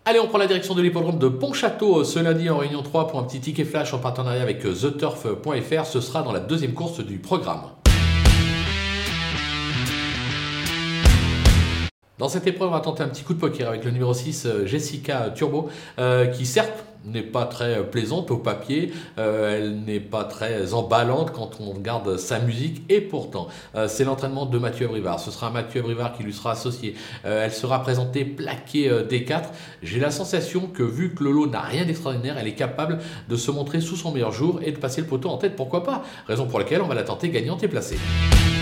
Allez, on prend la direction de l'hippodrome de Pontchâteau ce lundi en Réunion 3 pour un petit ticket flash en partenariat avec TheTurf.fr. Ce sera dans la deuxième course du programme. Dans cette épreuve, on va tenter un petit coup de poker avec le numéro 6, Jessica Turbo, qui certes n'est pas très plaisante au papier, elle n'est pas très emballante quand on regarde sa musique, et pourtant, c'est l'entraînement de Mathieu Abrivard. Ce sera Mathieu Abrivard qui lui sera associé. Elle sera présentée plaquée D4. J'ai la sensation que vu que Lolo n'a rien d'extraordinaire, elle est capable de se montrer sous son meilleur jour et de passer le poteau en tête, pourquoi pas. Raison pour laquelle on va la tenter gagnante et placée.